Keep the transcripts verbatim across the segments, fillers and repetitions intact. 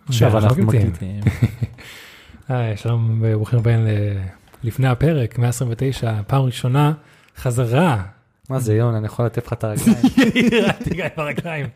עכשיו אנחנו מקליטים. שלום וברוכים הבאים לפני הפרק, מאה עשרים ותשע, פעם ראשונה, חזרה. מה זה יון, אני יכול לתת לך את הרגליים. ראיתי גיא ברגליים.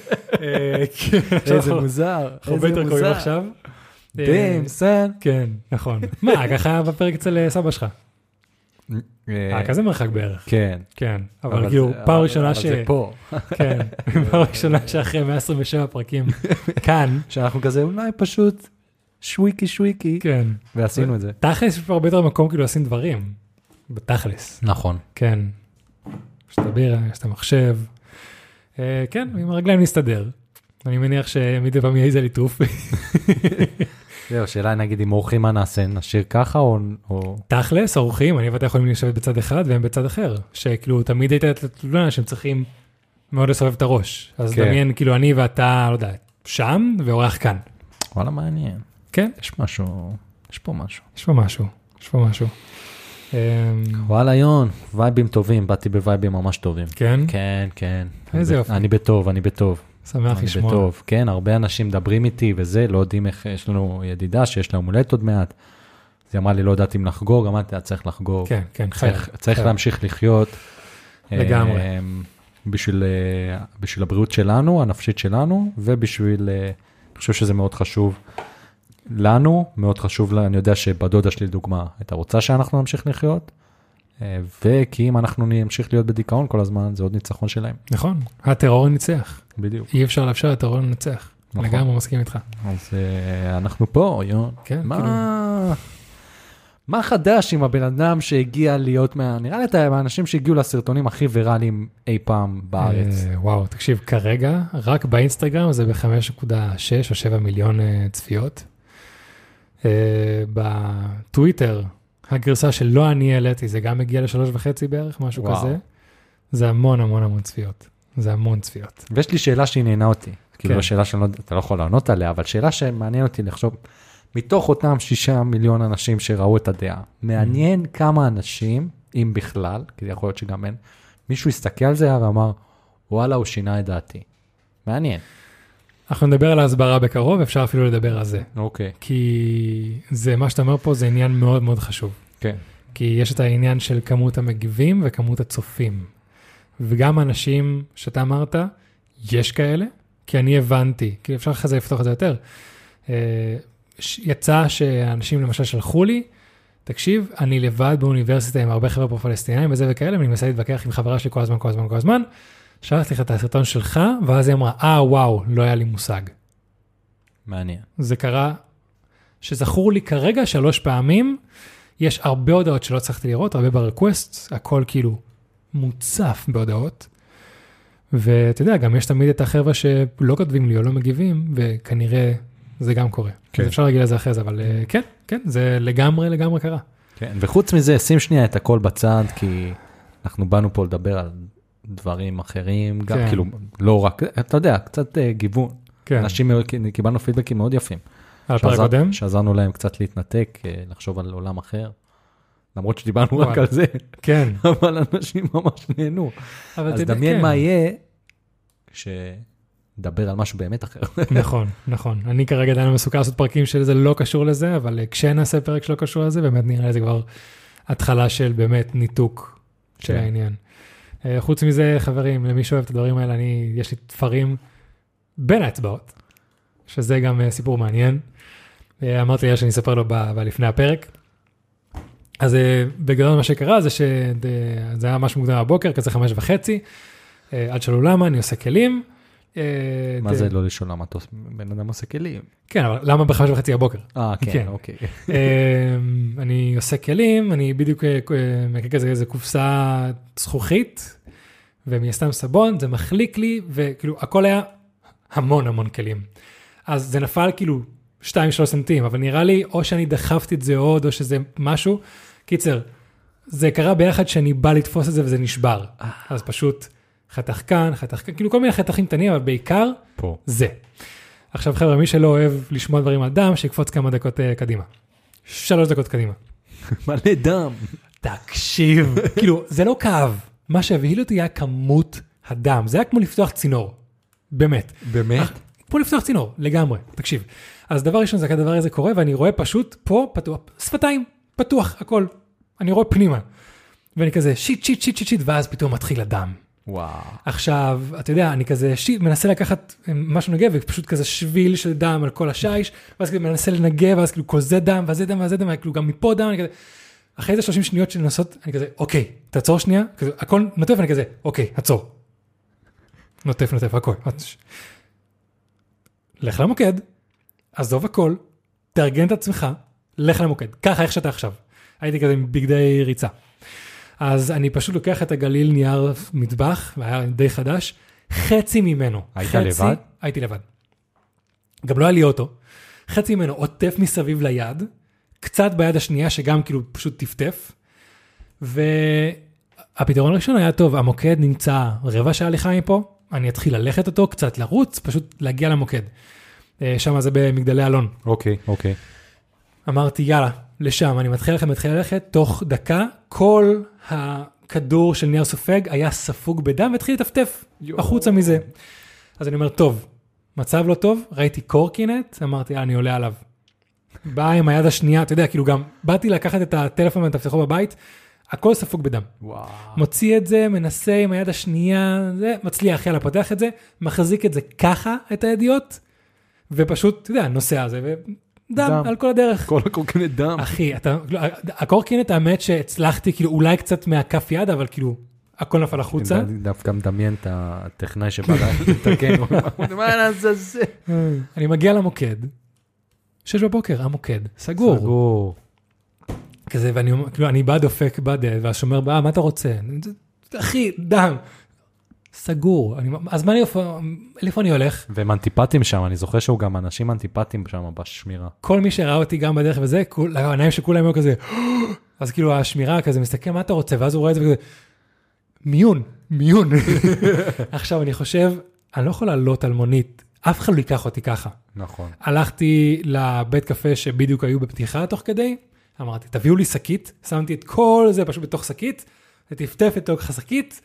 איזה מוזר, איזה מוזר. עכשיו. דיים, סן. כן, נכון. מה, ככה בפרק אצל סבא שלך? אה, כזה מרחק בערך. כן. כן, אבל כאילו, פעם ראשונה ש... אבל זה פה. כן, פעם ראשונה שאחרי מאה עשרים ושבע פרקים, כאן. שאנחנו כזה אולי פשוט שוויקי שוויקי. כן. ועשינו את זה. תכלס, יש פה הרבה יותר מקום כאילו לשים דברים. בתכלס. נכון. כן. יש את הבירה, יש את המחשב. כן, עם הרגליים נסתדר. אני מניח שמדי פעם יהיה איזה ליטוף. זהו, שאלה נגיד אם אורחים מה נעשה, נשאיר ככה או... תכלס, אורחים, אני ואתה יכולים לשבת בצד אחד והם בצד אחר. שכאילו תמיד הייתה את התלונה שהם צריכים מאוד לסובב את הראש. אז דמיין, כאילו אני ואתה, לא יודע, שם ואורח כאן. וואלה, מעניין. כן. יש משהו, יש פה משהו. יש פה משהו, יש פה משהו. וואלה יון, וייבים טובים, באתי בווייבים ממש טובים. כן? כן, כן. איזה יופי. אני בטוב, אני בטוב. שמח לשמוע. בטוב, כן, הרבה אנשים מדברים איתי וזה, לא יודעים איך, יש לנו ידידה שיש לה יום הולדת עוד מעט. אז היא אמרה לי, לא יודעת אם לחגוג, אמרתי, צריך לחגוג. כן, כן, צריך, צריך להמשיך לחיות. לגמרי. בשביל, בשביל הבריאות שלנו, הנפשית שלנו, ובשביל, אני חושב שזה מאוד חשוב לנו, מאוד חשוב, אני יודע שבדודה שלי דוגמה, הייתה רוצה שאנחנו נמשיך לחיות, וכי אם אנחנו נמשיך להיות בדיכאון כל הזמן, זה עוד ניצחון שלהם. נכון, הטרור ניצח. בדיוק. אי אפשר לאפשר הטרור לנצח. נכון. לגמרי מסכים איתך. אז אנחנו פה, יון. כן, מה... כאילו. מה חדש עם הבן אדם שהגיע להיות מה... נראה לי את האנשים שהגיעו לסרטונים הכי ויראליים אי פעם בארץ. וואו, תקשיב, כרגע, רק באינסטגרם זה ב-חמש נקודה שש או שבע מיליון צפיות. בטוויטר, הגרסה שלא אני העליתי, זה גם מגיע לשלוש וחצי בערך, משהו וואו. כזה. זה המון המון המון צפיות. זה המון צפיות. ויש לי שאלה שהיא נהנה אותי. כאילו, כן. השאלה שאתה לא יכול לענות עליה, אבל שאלה שמעניין אותי לחשוב, מתוך אותם שישה מיליון אנשים שראו את הדעה, מעניין כמה אנשים, אם בכלל, כי יכול להיות שגם אין, מישהו הסתכל על זה ואמר, וואלה, הוא שינה את דעתי. מעניין. אנחנו נדבר על ההסברה בקרוב, אפשר אפילו לדבר על זה. אוקיי. כי זה, מה שאתה אומר פה, זה עניין מאוד מאוד חשוב. כן. כי יש את העניין של כמות המגיבים וכמות הצופים. וגם האנשים שאתה אמרת, יש כאלה, כי אני הבנתי, כי אפשר אחרי זה לפתוח את זה יותר. יצא שאנשים למשל שלחו לי, תקשיב, אני לבד באוניברסיטה עם הרבה חבר'ה פרו-פלסטינאים וזה וכאלה, ואני מנסה להתווכח עם חברה שלי כל הזמן, כל הזמן, כל הזמן. שלחתי לך את הסרטון שלך, ואז היא אמרה, אה, וואו, לא היה לי מושג. מעניין. זה קרה, שזכור לי כרגע שלוש פעמים, יש הרבה הודעות שלא צריכתי לראות, הרבה ברקווסט, הכל כאילו מוצף בהודעות, ואתה יודע, גם יש תמיד את החבר'ה שלא כותבים לי או לא מגיבים, וכנראה זה גם קורה. כן. אז אפשר להגיד לזה אחרי זה, אבל כן, כן, זה לגמרי, לגמרי קרה. כן, וחוץ מזה, שים שנייה את הכל בצד, כי אנחנו באנו פה לדבר על דברים אחרים, גם כן. כאילו, לא רק, אתה יודע, קצת uh, גיוון. כן. אנשים, קיבלנו פידבקים מאוד יפים. על הפרק קודם? שעזרנו להם קצת להתנתק, uh, לחשוב על עולם אחר. למרות שדיברנו וואל. רק על זה, כן. אבל אנשים ממש נהנו. אבל אז תדע, דמיין כן. מה יהיה, כשדבר על משהו באמת אחר. נכון, נכון. אני כרגע עדיין מסוכר לעשות פרקים של זה לא קשור לזה, אבל כשנעשה פרק שלא קשור לזה, באמת נראה לי זה כבר התחלה של באמת ניתוק של כן. העניין. חוץ מזה, חברים, למי שאוהב את הדברים האלה, אני, יש לי תפרים בין האצבעות, שזה גם סיפור מעניין. אמרתי לי שאני אספר לו ב- לפני הפרק. אז בגלל מה שקרה זה שזה היה משהו מוקדם בבוקר, כזה חמש וחצי, עד שלו למה, אני עושה כלים. מה זה לא לשאול למה אתה בן אדם עושה כלים? כן, אבל למה בחמש וחצי הבוקר? אה, כן. כן, אוקיי. אני עושה כלים, אני בדיוק מקרה כזה איזה קופסה זכוכית, ומייסתם סבון, זה מחליק לי, וכאילו הכל היה המון המון כלים. אז זה נפל כאילו שתיים שלוש סנטים, אבל נראה לי או שאני דחפתי את זה עוד, או שזה משהו. קיצר, זה קרה ביחד שאני בא לתפוס את זה וזה נשבר. אז פשוט חתך כאן, חתך כאן, כאילו כל מיני חתכים קטנים, אבל בעיקר פה. זה. עכשיו חבר'ה, מי שלא אוהב לשמוע דברים על דם, שיקפוץ כמה דקות uh, קדימה. שלוש דקות קדימה. מלא דם. תקשיב, כאילו, זה לא כאב. מה שהבהיל אותי היה כמות הדם. זה היה כמו לפתוח צינור. באמת. באמת? פה לפתוח צינור, לגמרי, תקשיב. אז דבר ראשון, זה כדבר הזה קורה, ואני רואה פשוט פה פתוח, שפתיים, פתוח, הכל. אני רואה פנימה. ואני כזה, שיט, שיט, שיט, שיט, שיט, ואז פתאום מתחיל הדם. וואו. עכשיו, אתה יודע, אני כזה שיט, מנסה לקחת משהו נגב, ופשוט כזה שביל של דם על כל השיש, ואז כאילו מנסה לנגב, ואז כאילו כל זה דם, ואז זה דם, ואז זה דם, כאילו גם מפה דם, אני כזה, אחרי זה שלושים שניות של לנסות, אני כזה, אוקיי, תעצור שנייה, כזה, הכל נוטף, אני כזה, אוקיי, עצור. נוטף, נוטף, הכל. לך למוקד, עזוב הכל, תארגן את עצמך, לך למוקד, ככה איך שאתה עכשיו. הייתי כזה עם בגדי ריצה. אז אני פשוט לוקח את הגליל נייר מטבח, והיה די חדש, חצי ממנו. היית חצי, לבד? הייתי לבד. גם לא היה לי אוטו. חצי ממנו עוטף מסביב ליד, קצת ביד השנייה שגם כאילו פשוט טפטף, והפתרון הראשון היה טוב, המוקד נמצא רבע שעה הליכה מפה, אני אתחיל ללכת אותו, קצת לרוץ, פשוט להגיע למוקד. שם זה במגדלי אלון. אוקיי, אוקיי. אמרתי, יאללה, לשם, אני מתחיל ללכת, מתחיל ללכת, תוך דקה, כל הכדור של נייר סופג היה ספוג בדם, והתחיל לטפטף החוצה מזה. אז אני אומר, טוב, מצב לא טוב, ראיתי קורקינט, אמרתי, אני עולה עליו. בא עם היד השנייה, אתה יודע, כאילו גם, באתי לקחת את הטלפון ותפתחו בבית, הכל ספוג בדם. וואו. מוציא את זה, מנסה עם היד השנייה, זה, מצליח, יאללה, פותח את זה, מחזיק את זה ככה, את הידיות, ופשוט, אתה יודע, נוסע זה, ו... דם, על כל הדרך. כל הקורקינט דם. אחי, אתה, הקורקינט האמת שהצלחתי, כאילו, אולי קצת מהכף יד, אבל כאילו, הכל נפל החוצה. אני דווקא מדמיין את הטכנאי שבא לתקן. מה נעשה זה? אני מגיע למוקד, שש בבוקר, המוקד, סגור. סגור. כזה, ואני אומר, כאילו, אני בא דופק בדלת, והשומר בא, מה אתה רוצה? אחי, דם. סגור. אני, אז מה אני, איפה אני הולך? והם אנטיפטים שם, אני זוכר שהוא גם אנשים אנטיפטים שם בשמירה. כל מי שראה אותי גם בדרך וזה, כול, העיניים שכולם היו כזה, אז כאילו השמירה כזה מסתכל, מה אתה רוצה? ואז הוא רואה את זה וכזה, מיון, מיון. עכשיו אני חושב, אני לא יכול לעלות על מונית, אף אחד לא ייקח אותי ככה. נכון. הלכתי לבית קפה שבדיוק היו בפתיחה תוך כדי, אמרתי, תביאו לי שקית, שמתי את כל זה פשוט בתוך שקית, ותפתף את תוך השקית,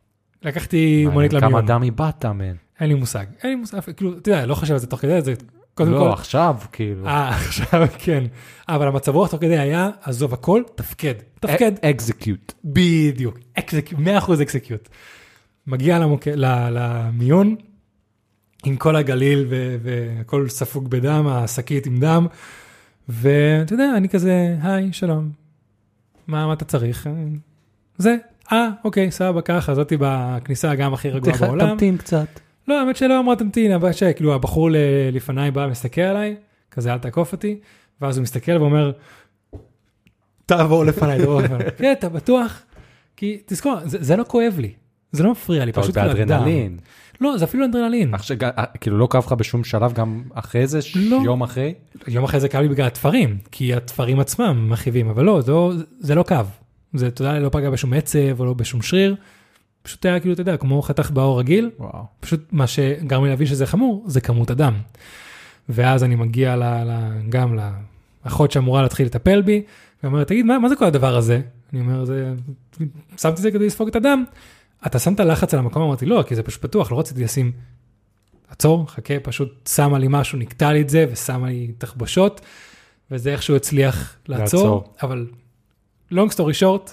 לקחתי מונית למיון. כמה דם איבדת, מן. אין לי מושג, אין לי מושג, כאילו, אתה יודע, לא חושב על זה תוך כדי, זה קודם כל... לא, עכשיו, כאילו. אה, עכשיו, כן. אבל המצב רוח תוך כדי היה, עזוב הכל, תפקד. תפקד. אקזקיוט. בדיוק. מאה אחוז אקזקיוט. מגיע למיון, עם כל הגליל וכל ספוג בדם, השקית עם דם, ואתה יודע, אני כזה, היי, שלום. מה אתה צריך? זה. אה, אוקיי, סבבה, ככה, זאתי בכניסה גם הכי רגועה בעולם. תמתין קצת. לא, האמת שלא אמרה תמתין, אבל שכאילו הבחור לפניי בא, מסתכל עליי, כזה אל תעקוף אותי, ואז הוא מסתכל ואומר, תעבור לפניי, תעבור לפניי. כן, אתה בטוח? כי תזכור, זה לא כואב לי, זה לא מפריע לי, פשוט כאילו הדם. באדרנלין. לא, זה אפילו אדרנלין. כאילו לא כאב לך בשום שלב גם אחרי זה, יום אחרי? יום אחרי זה כאב לי בגלל התפרים, כי התפרים עצמם מכאיבים, אבל לא, זה לא כאב. זה, אתה יודע, לא פגע בשום עצב או לא בשום שריר, פשוט היה כאילו, אתה יודע, כמו חתך באור רגיל, וואו. פשוט מה שגרם לי להבין שזה חמור, זה כמות הדם. ואז אני מגיע ל, ל, גם לאחות שאמורה להתחיל לטפל בי, ואומרת, תגיד, מה, מה זה כל הדבר הזה? אני אומר, זה, שמתי זה כדי לספוג את הדם, אתה שמת לחץ על המקום, אמרתי, לא, כי זה פשוט פתוח, לא רציתי לשים, עצור, חכה, פשוט שמה לי משהו, נקטע לי את זה, ושמה לי תחבושות, וזה איכשהו הצליח לעצור, לעצור. אבל long story short,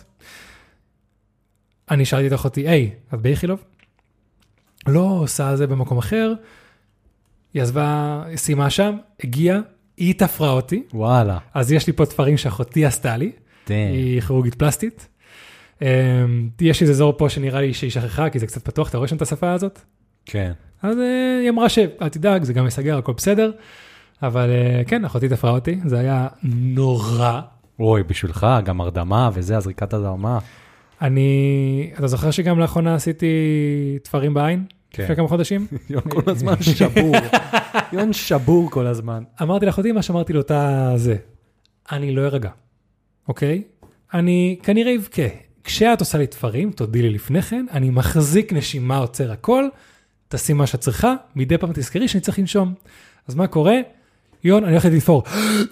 אני שאלתי את אחותי, היי, את באיכילוב? לא, עושה זה במקום אחר, היא עזבה, סיימה שם, הגיעה, היא תפרה אותי. וואלה. אז יש לי פה תפרים שאחותי עשתה לי, דן. היא כירורגית פלסטית. יש איזה זור פה שנראה לי שהיא שכחה, כי זה קצת פתוח, אתה רואה שם את השפה הזאת? כן. אז היא אמרה שאל תדאג, זה גם מסגר, הכל בסדר, אבל כן, אחותי תפרה אותי, זה היה נורא. אוי, בשבילך, גם הרדמה וזה, הזריקת הרדמה. אני, אתה זוכר שגם לאחרונה עשיתי תפרים בעין? כן. לפני כמה חודשים? יון כל הזמן שבור. יון שבור כל הזמן. אמרתי לאחותי מה שאמרתי לאותה זה. אני לא ארגע, אוקיי? אני כנראה אבכה. כשאת עושה לי תפרים, תודי לי לפני כן, אני מחזיק נשימה, עוצר הכל, תשים מה שאת צריכה, מדי פעם תזכרי שאני צריך לנשום. אז מה קורה? יון, אני הולכת לתפור.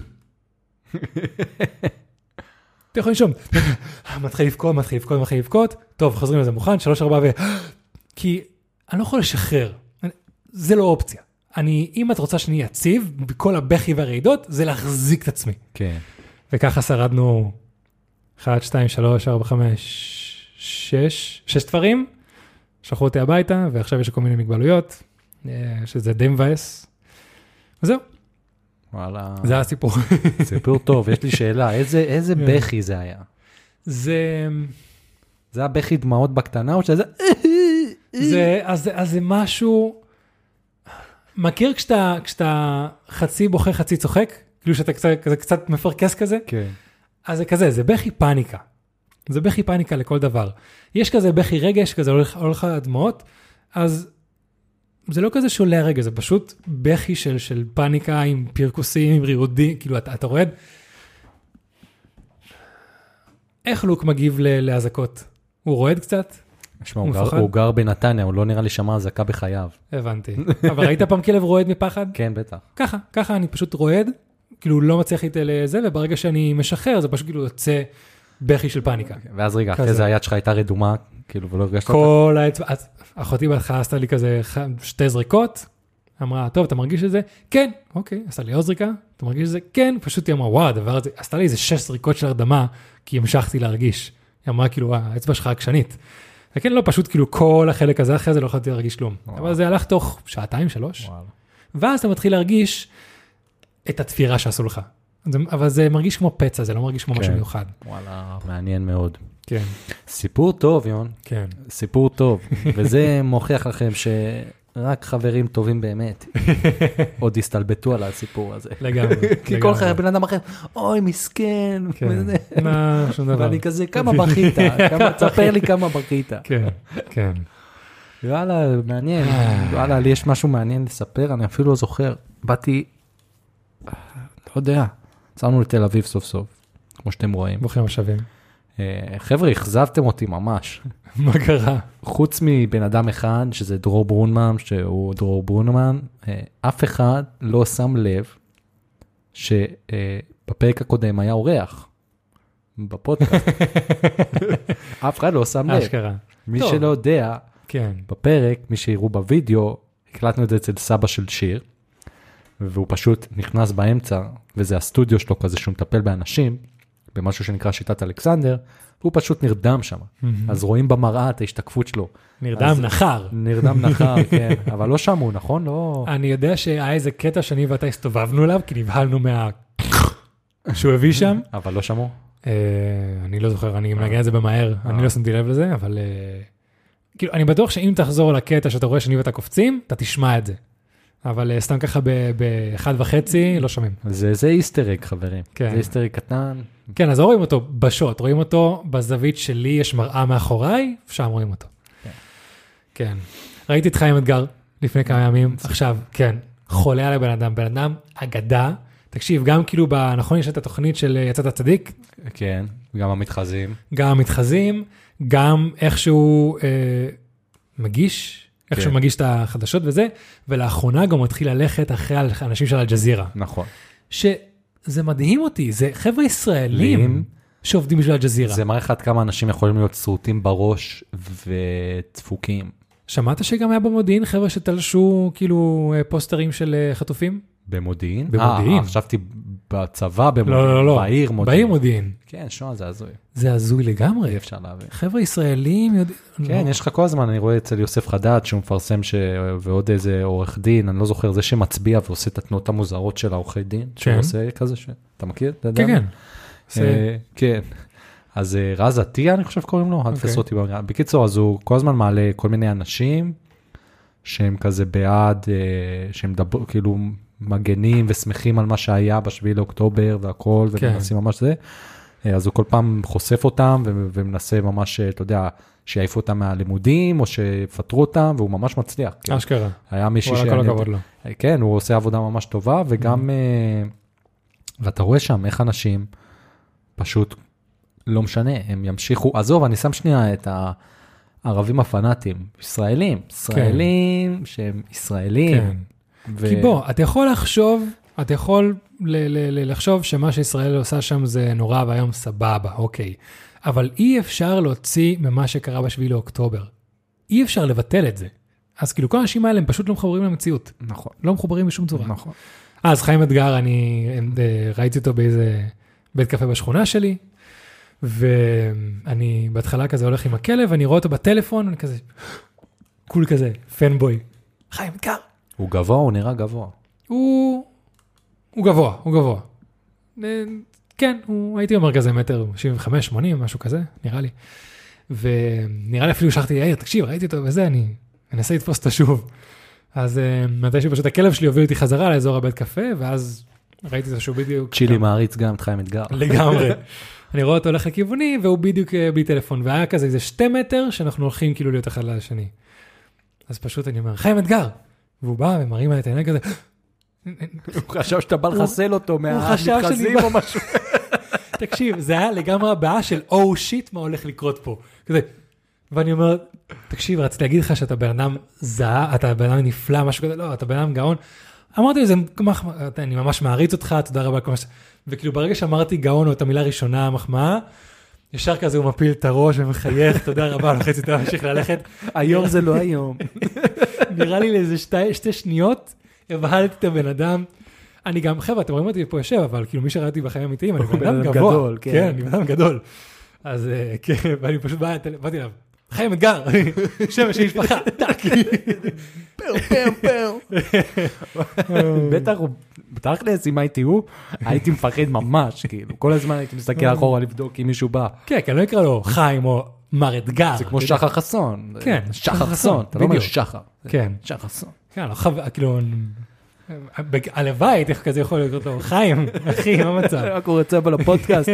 אתה יכול לנשום. מתחיל לבכות, מתחיל לבכות, מתחיל לבכות. טוב, חוזרים לזה מוכן, שלוש, ארבע ו... כי אני לא יכול לשחרר. זה לא אופציה. אני, אם את רוצה שאני אציב, בכל הבכי והרעידות, זה להחזיק את עצמי. כן. וככה שרדנו אחת, שתיים, שלוש, ארבע, חמש, שש, שש דברים, שלחו אותי הביתה, ועכשיו יש כל מיני מגבלויות, שזה די מבאס. וזהו. וואלה. זה היה הסיפור. סיפור טוב, יש לי שאלה, איזה, איזה בכי זה היה? זה... זה היה בכי דמעות בקטנה, או שזה... זה, אז, אז זה משהו... מכיר כשאתה, כשאתה חצי בוכה, חצי צוחק? כאילו שאתה קצת, כזה, קצת מפרקס כזה? כן. אז זה כזה, זה בכי פאניקה. זה בכי פאניקה לכל דבר. יש כזה בכי רגש, כזה הולך, הולך הדמעות, אז זה לא כזה שולה רגע, זה פשוט בכי של, של פאניקה עם פרקוסים, עם רירודים, כאילו אתה, אתה רועד. איך לוק מגיב להזקות? הוא רועד קצת? משמע, הוא, גר, הוא גר בנתניה, הוא לא נראה לי שמע הזקה בחייו. הבנתי. אבל ראית פעם כלב רועד מפחד? כן, בטח. ככה, ככה אני פשוט רועד, כאילו לא מצליח איתה לזה, וברגע שאני משחרר, זה פשוט כאילו יוצא בכי של פאניקה. ואז רגע, אחרי זה היד שלך הייתה רדומה, כאילו, ולא הרגשת אותה? כל האצבע, אחותי בהתחלה עשתה לי כזה שתי זריקות, אמרה, טוב, אתה מרגיש את זה? כן. אוקיי, עשתה לי עוד זריקה, אתה מרגיש את זה? כן. פשוט היא אמרה, וואו, הדבר הזה, עשתה לי איזה שש זריקות של הרדמה, כי המשכתי להרגיש. היא אמרה, כאילו, האצבע שלך עקשנית. וכן, לא, פשוט כאילו כל החלק הזה, אחרי זה לא יכולתי להרגיש כלום. אבל זה הלך תוך שעתיים, שלוש. ואז אתה מתחיל להרגיש את התפירה שעשו לך. אבל זה מרגיש כמו פצע, זה לא מרגיש כמו משהו מיוחד. וואלה, מעניין מאוד. כן. סיפור טוב, יון. כן. סיפור טוב. וזה מוכיח לכם שרק חברים טובים באמת עוד הסתלבטו על הסיפור הזה. לגמרי. כי כל חבר בן אדם אחר, אוי, מסכן. מה, שום דבר. ואני כזה, כמה בכית? תספר לי כמה בכית. כן, כן. יאללה, מעניין. יאללה, לי יש משהו מעניין לספר, אני אפילו לא זוכר. באתי, לא יודע, צאנו לתל אביב סוף סוף, כמו שאתם רואים. ברוכים השבים. חבר'ה, הכזבתם אותי ממש. מה קרה? חוץ מבן אדם אחד, שזה דרור ברונמן, שהוא דרור ברונמן, אף אחד לא שם לב שבפרק הקודם היה אורח. בפודקאסט. אף אחד לא שם לב. אשכרה. מי שלא יודע, כן. בפרק, מי שיראו בווידאו, הקלטנו את זה אצל סבא של שיר, והוא פשוט נכנס באמצע, וזה הסטודיו שלו כזה שהוא מטפל באנשים, במשהו שנקרא שיטת אלכסנדר, הוא פשוט נרדם שם. אז רואים במראה את ההשתקפות שלו. נרדם נחר. נרדם נחר, כן. אבל לא שמו, נכון? לא... אני יודע שהיה איזה קטע שאני ואתה הסתובבנו אליו, כי נבהלנו מה... שהוא הביא שם. אבל לא שמו? אני לא זוכר, אני מנגן את זה במהר, אני לא שמתי לב לזה, אבל... כאילו, אני בטוח שאם תחזור לקטע שאתה רואה שאני ואתה קופצים, אתה תשמע את זה. אבל סתם ככה באחד וחצי, לא שומעים. זה, זה איסטריק, חברים. כן. זה איסטריק קטן. כן, אז לא רואים אותו בשוט, רואים אותו בזווית שלי, יש מראה מאחוריי, שם רואים אותו. כן. כן. ראיתי את חיים אתגר לפני כמה ימים, עכשיו, כן, חולה על הבן אדם, בן אדם אגדה. תקשיב, גם כאילו, נכון, יש את התוכנית של יצאת הצדיק? כן, גם המתחזים. גם המתחזים, גם איכשהו אה, מגיש, איך שהוא מגיש את החדשות וזה, ולאחרונה גם הוא התחיל ללכת אחרי האנשים של אל-ג'זירה. נכון. שזה מדהים אותי, זה חבר'ה ישראלים שעובדים בשביל אל-ג'זירה. זה מראה עד כמה אנשים יכולים להיות סרוטים בראש ודפוקים. שמעת שגם היה במודיעין חבר'ה שתלשו כאילו פוסטרים של חטופים? במודיעין? במודיעין. אה, חשבתי בצבא במודיעין. לא, לא, לא. בעיר מודיעין. בעיר מודיעין. כן, שונה, זה הזוי. זה הזוי לגמרי. אי אפשר להבין. חבר'ה ישראלים יודעים... כן, יש לך כל הזמן, אני רואה אצל יוסף חדד, שהוא מפרסם ש... ועוד איזה עורך דין, אני לא זוכר, זה שמצביע ועושה את התנועות המוזרות של העורכי דין, שהוא עושה כזה ש... אתה מכיר? כן, כן. כן. אז רז עטיה, אני חושב קוראים לו, התפס אותי במילה. בקיצור, אז הוא כל הזמן מעלה כל מיני אנשים, שהם כזה בעד, שהם דבר, כאילו מגנים ושמחים על מה שהיה בשביעי לאוקטובר והכל, ומנסים ממש זה. אז הוא כל פעם חושף אותם, ומנסה ממש, אתה יודע, שיעיפו אותם מהלימודים, או שיפטרו אותם, והוא ממש מצליח. אשכרה. היה מישהי ש... כל הכבוד לו. כן, הוא עושה עבודה ממש טובה, וגם, ואתה רואה שם איך אנשים פשוט לא משנה, הם ימשיכו, עזוב, אני שם שנייה את הערבים הפנאטים, ישראלים, ישראלים שהם ישראלים. כי בוא, אתה יכול לחשוב, אתה יכול לחשוב שמה שישראל עושה שם זה נורא והיום סבבה, אוקיי. אבל אי אפשר להוציא ממה שקרה בשביעי לאוקטובר. אי אפשר לבטל את זה. אז כאילו כל האנשים האלה הם פשוט לא מחוברים למציאות. נכון. לא מחוברים בשום צורה. נכון. אז חיים אתגר, אני ראיתי אותו באיזה בית קפה בשכונה שלי, ואני בהתחלה כזה הולך עם הכלב, אני רואה אותו בטלפון, אני כזה, קול כזה, פנבוי. חיים אתגר. הוא גבוה, הוא נראה גבוה. הוא, הוא גבוה, הוא גבוה. כן, הוא, הייתי אומר כזה מטר שבעים וחמש שמונים, משהו כזה, נראה לי. ונראה לי אפילו שכחתי, יאיר, תקשיב, ראיתי אותו וזה, אני אנסה לתפוס אותו שוב. אז מתי שפשוט הכלב שלי הוביל אותי חזרה לאזור הבית קפה, ואז ראיתי אותו שהוא בדיוק... צ'ילי מעריץ גם את חיים אתגר. לגמרי. אני רואה אותו הולך לכיווני, והוא בדיוק בלי טלפון, והיה כזה איזה שתי מטר, שאנחנו הולכים כאילו להיות אחד לשני. אז פשוט אני אומר, חיים אתגר! והוא בא ומרים עלי את העיניים כזה... הוא חשב שאתה בא לחסל אותו מהמתחזים או משהו. תקשיב, זה היה לגמרי הבעה של, או שיט, מה הולך לקרות פה? כזה, ואני אומר, תקשיב, רציתי להגיד לך שאתה בן אדם זהה, אתה בן אדם נפלא, משהו כזה, לא, אתה בן אדם גאון. אמרתי לזה, אני ממש מעריץ אותך, תודה רבה. וכאילו ברגע שאמרתי גאון או את המילה הראשונה, מחמאה, ישר כזה הוא מפיל את הראש ומחייך, תודה רבה, לחצי אתה ממשיך ללכת. היום זה לא היום. נראה לי לאיזה שתי, שתי שניות, הבהלתי את הבן אדם. אני גם, חבר'ה, אתם רואים אותי פה יושב, אבל כאילו מי שראיתי בחיים אמיתיים, אני בן אדם גבוה. כן, אני בן אדם גדול. אז כן, ואני פשוט באתי אליו, חיים אתגר, שם של משפחה, טק. פאו, פאו, פאו. בטח, בתכלס, אם הייתי הוא, הייתי מפחד ממש, כאילו, כל הזמן הייתי מסתכל אחורה לבדוק אם מישהו בא. כן, כי אני לא אקרא לו חיים או מר אתגר. זה כמו שחר חסון. כן, שחר חסון, אתה לא אומר שחר. כן. שחר חסון. כן, כאילו, הלוואי, איך כזה יכול לקרוא לו, חיים, אחי, מה המצב? רק הוא רצה בו לפודקאסט.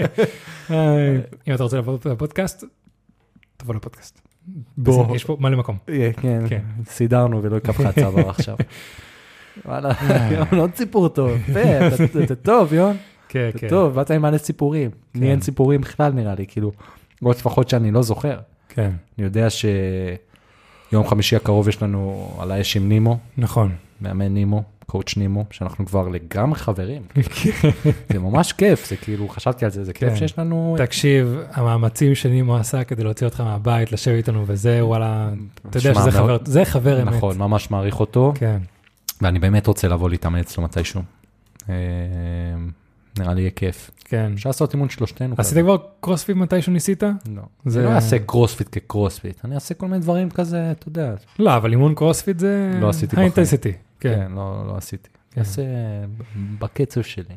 אם אתה רוצה לבוא לפודקאסט, תבוא לפודקאסט. בוא. יש פה מלא מקום. כן, סידרנו ולא יקח לך צעבר עכשיו. וואלה, לא ציפור טוב, זה טוב, יון. כן, זה כן. טוב, באת עם מלא סיפורים. לי אין סיפורים בכלל נראה לי, כאילו, עוד לפחות שאני לא זוכר. כן. אני יודע שיום חמישי הקרוב יש לנו על האש עם נימו. נכון. מאמן נימו, קואוץ' נימו, שאנחנו כבר לגמרי חברים. זה ממש כיף, זה כאילו, חשבתי על זה, זה כיף שיש לנו... תקשיב, המאמצים שנימו עשה כדי להוציא אותך מהבית, לשבת איתנו וזה, וואלה, אתה יודע שזה חבר, זה חבר אמת. נכון, ממש מעריך אותו. כן. ואני באמת רוצה לבוא להתאמן אצלו מתישהו. נראה לי יהיה כיף. כן. אפשר לעשות אימון שלושתנו. עשית כבר קרוספיט מתישהו ניסית? לא. זה לא אעשה קרוספיט כקרוספיט, אני אעשה כל מיני דברים כזה, אתה יודע. לא, אבל אימון קרוספיט זה... לא עשיתי בחיים. האינטנסיטי. כן, לא עשיתי. אעשה בקצב שלי.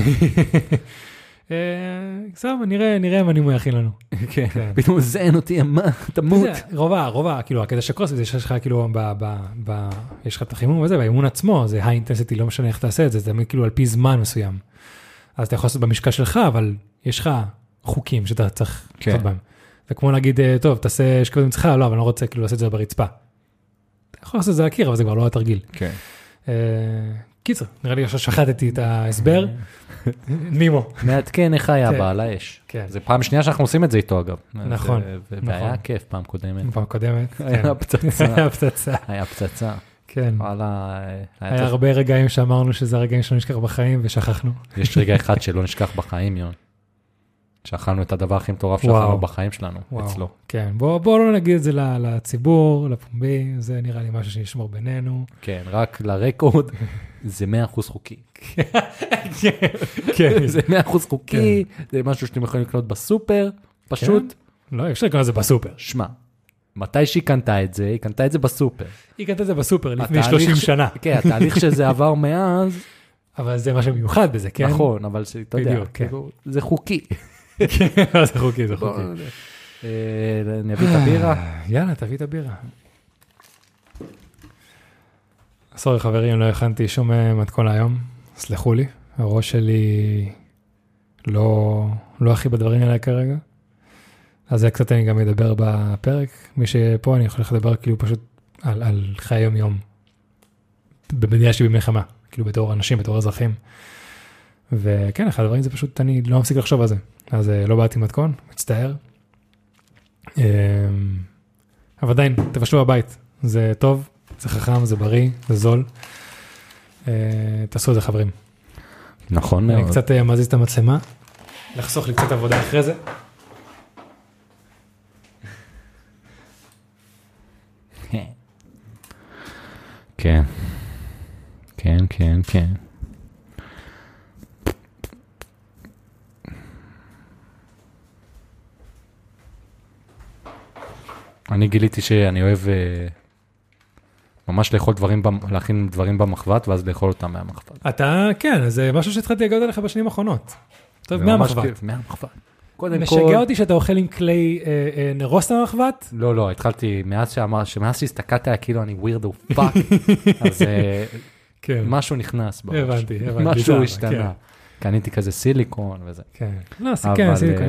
סבבה, נראה מה נימו יכין לנו. כן. פתאום זיין אותי, מה? תמות. רובה, רובה, כאילו, הקטע של קרוספיט, יש לך כאילו, יש לך את החימום וזה, והאימון עצמו, זה האינטנסיטי, לא משנה איך תעשה את זה, זה כאילו על פי זמן מסוים. אז אתה יכול לעשות במשקל שלך, אבל יש לך חוקים שאתה צריך לעשות בהם. זה כמו להגיד, טוב, תעשה שכבת עם צריכה, לא, אבל אני לא רוצה כאילו לעשות את זה ברצפה. אתה יכול לעשות את זה להכיר, אבל זה כבר לא התרגיל. כן. קיצר, נראה לי ששחטתי את ההסבר. נימו. מעדכן איך היה בעל האש. זה פעם שנייה שאנחנו עושים את זה איתו, אגב. נכון. והיה כיף פעם קודמת. פעם קודמת. היה פצצה. היה פצצה. היה פצצה. כן. וואלה. היה הרבה רגעים שאמרנו שזה הרגעים שלא נשכח בחיים, ושכחנו. יש רגע אחד שלא נשכח בחיים, יון. שאכלנו את הדבר הכי מטורף שאכלנו בחיים שלנו, אצלו. כן, בואו לא נגיד את זה לציבור, לפומבי, זה נראה לי משהו שנשמור בינינו. כן, רק לרקורד, זה מאה אחוז חוקי. כן. זה מאה אחוז חוקי, זה משהו שאתם יכולים לקנות בסופר, פשוט. לא, אפשר לקנות את זה בסופר. שמע, מתי שהיא קנתה את זה, היא קנתה את זה בסופר. היא קנתה את זה בסופר לפני שלושים שנה. כן, התהליך שזה עבר מאז. אבל זה משהו מיוחד בזה, כן? נכון, אבל אתה יודע, זה חוקי. כן, זה חוקי, זה חוקי. נביא את הבירה? יאללה, תביא את הבירה. סורי חברים, לא הכנתי שום מתכון היום, סלחו לי, הראש שלי לא הכי בדברים האלה כרגע. אז זה קצת אני גם אדבר בפרק, מי שפה אני יכול לדבר כאילו פשוט על חיי יום יום, במדינה שלי במלחמה, כאילו בתור אנשים, בתור אזרחים. וכן, אחד הדברים זה פשוט, אני לא מפסיק לחשוב על זה. אז לא באתי מתכון, מצטער. אבל עדיין, תבשלו בבית. זה טוב, זה חכם, זה בריא, זה זול. תעשו את זה חברים. נכון מאוד. אני קצת מזיז את המצלמה, לחסוך לי קצת עבודה אחרי זה. כן. כן, כן, כן. אני גיליתי שאני אוהב ממש לאכול דברים, להכין דברים במחבת, ואז לאכול אותם מהמחבת. אתה, כן, זה משהו שהתחלתי לגלות עליך בשנים האחרונות. טוב, מהמחבת. מהמחבת. משגע אותי שאתה אוכל עם כלי נרוס מהמחבת? לא, לא, התחלתי, מאז שאמר, שמאז שהסתכלת, כאילו אני weirdo fuck, אז משהו נכנס בראש. הבנתי, הבנתי. משהו השתנה. קניתי כזה סיליקון וזה. כן, לא, כן, סיליקון.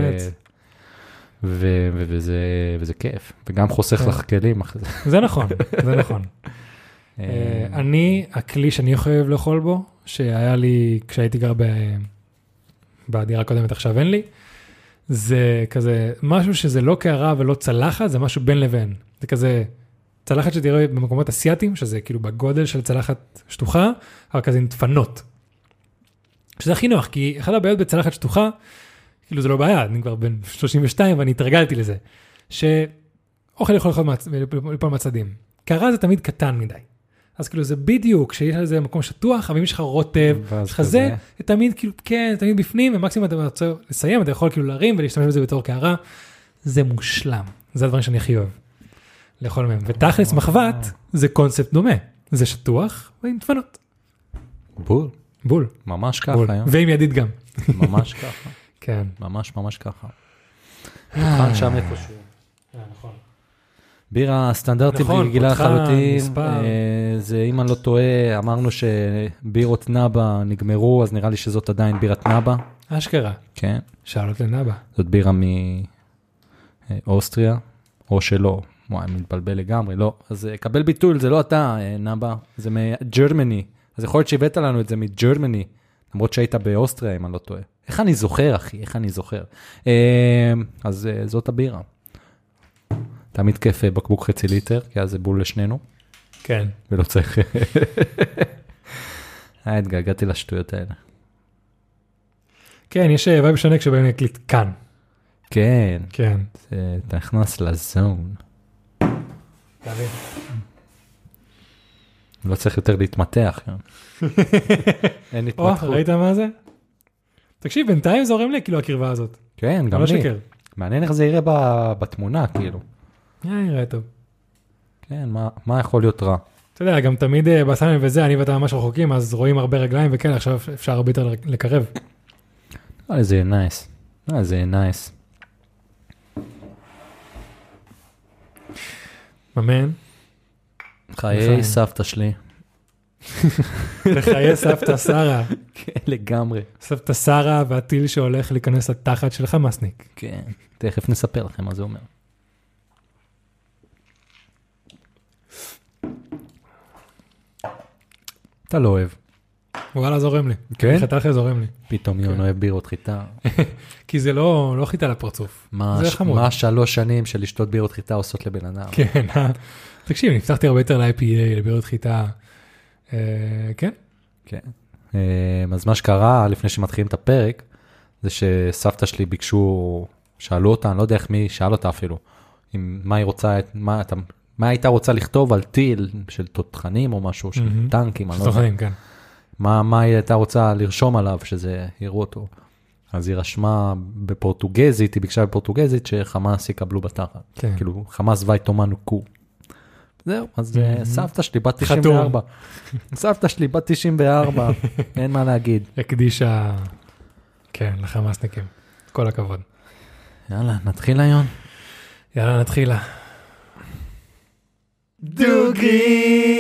וזה כיף, וגם חוסך לך כלים אחרי זה. זה נכון, זה נכון. אני, הכלי שאני אוהב לאכול בו, שהיה לי, כשהייתי גר בדירה הקודמת, עכשיו אין לי, זה כזה, משהו שזה לא קערה ולא צלחת, זה משהו בין לבין. זה כזה, צלחת שתראה במקומות אסיאטיים, שזה כאילו בגודל של צלחת שטוחה, אבל כזה עם דפנות. שזה הכי נוח, כי אחד הבעיות בצלחת שטוחה, כאילו זה לא בעיה, אני כבר בן שלושים ושתיים ואני התרגלתי לזה, שאוכל יכול ליפול מהצדים. קערה זה תמיד קטן מדי. אז כאילו זה בדיוק, שיש על זה מקום שטוח, אבל אם יש לך רוטב, יש לך זה, זה תמיד כאילו, כן, תמיד בפנים, ומקסימום אתה רוצה לסיים, אתה יכול כאילו להרים ולהשתמש בזה בתור קערה, זה מושלם. זה הדברים שאני הכי אוהב. לאכול מהם. ותכלס מחבת, זה קונספט דומה. זה שטוח ועם דפנות. בול. בול. ממש ככה. ועם ידית גם. ממש ככה. כן. ממש ממש ככה. פותחן שם איפשהו. נכון. בירה סטנדרטית רגילה לחלוטין, זה אם אני לא טועה, אמרנו שבירות נאבה נגמרו, אז נראה לי שזאת עדיין בירת נאבה. אשכרה. כן. שאלות לנאבה. זאת בירה מאוסטריה, או שלא, וואי, מתבלבל לגמרי, לא. אז קבל ביטול, זה לא אתה, נאבה, זה מג'רמני. אז יכול להיות שהבאת לנו את זה מג'רמני, למרות שהיית באוסטריה, אם אני לא טועה. איך אני זוכר, אחי? איך אני זוכר? אז זאת הבירה. תמיד כיף בקבוק חצי ליטר, כי אז זה בול לשנינו. כן. ולא צריך... אה, התגעגעתי לשטויות האלה. כן, יש וייב שונה כשבאים להקליט כאן. כן. כן. אתה נכנס לזון. תבין. לא צריך יותר להתמתח. אין התמתחות. ראית מה זה? תקשיב, בינתיים זורם לי כאילו הקרבה הזאת. כן, גם לי. מעניין איך זה יראה בתמונה, כאילו. יאי, יראה טוב. כן, מה, מה יכול להיות רע? אתה יודע, גם תמיד בסמים וזה, אני ואתה ממש רחוקים, אז רואים הרבה רגליים וכן, עכשיו אפשר הרבה יותר לקרב. אה, זה יהיה נייס. אה, זה יהיה נייס. אמן. חיי סבתא שלי. לחיי סבתא שרה. כן, לגמרי. סבתא שרה והטיל שהולך להיכנס לתחת של חמאסניק. כן, תכף נספר לכם מה זה אומר. אתה לא אוהב. וואלה, זורם לי. כן? חתך זורם לי. פתאום יון אוהב בירות חיטה. כי זה לא, לא חיטה לפרצוף. זה חמוד. מה שלוש שנים של לשתות בירות חיטה עושות לבן אדם? כן, תקשיב, נפתחתי הרבה יותר ל-איי פי איי, לבירות חיטה. כן? כן. אז מה שקרה לפני שמתחילים את הפרק, זה שסבתא שלי ביקשו, שאלו אותה, אני לא יודע איך מי שאל אותה אפילו, מה היא רוצה, מה אתה... מה הייתה רוצה לכתוב על טיל של תותחנים או משהו, של טנקים, אני לא יודע. כן. מה, מה היא הייתה רוצה לרשום עליו, שזה יראו אותו. אז היא רשמה בפורטוגזית, היא ביקשה בפורטוגזית, שחמאס יקבלו בתחת. כן. כאילו, חמאס וייטומנו קו. זהו, אז סבתא שלי בת תשעים וארבע. סבתא שלי בת תשעים וארבע, אין מה להגיד. הקדישה, כן, לחמאסניקים. כל הכבוד. יאללה, נתחיל היום. יאללה, נתחילה. דוגרי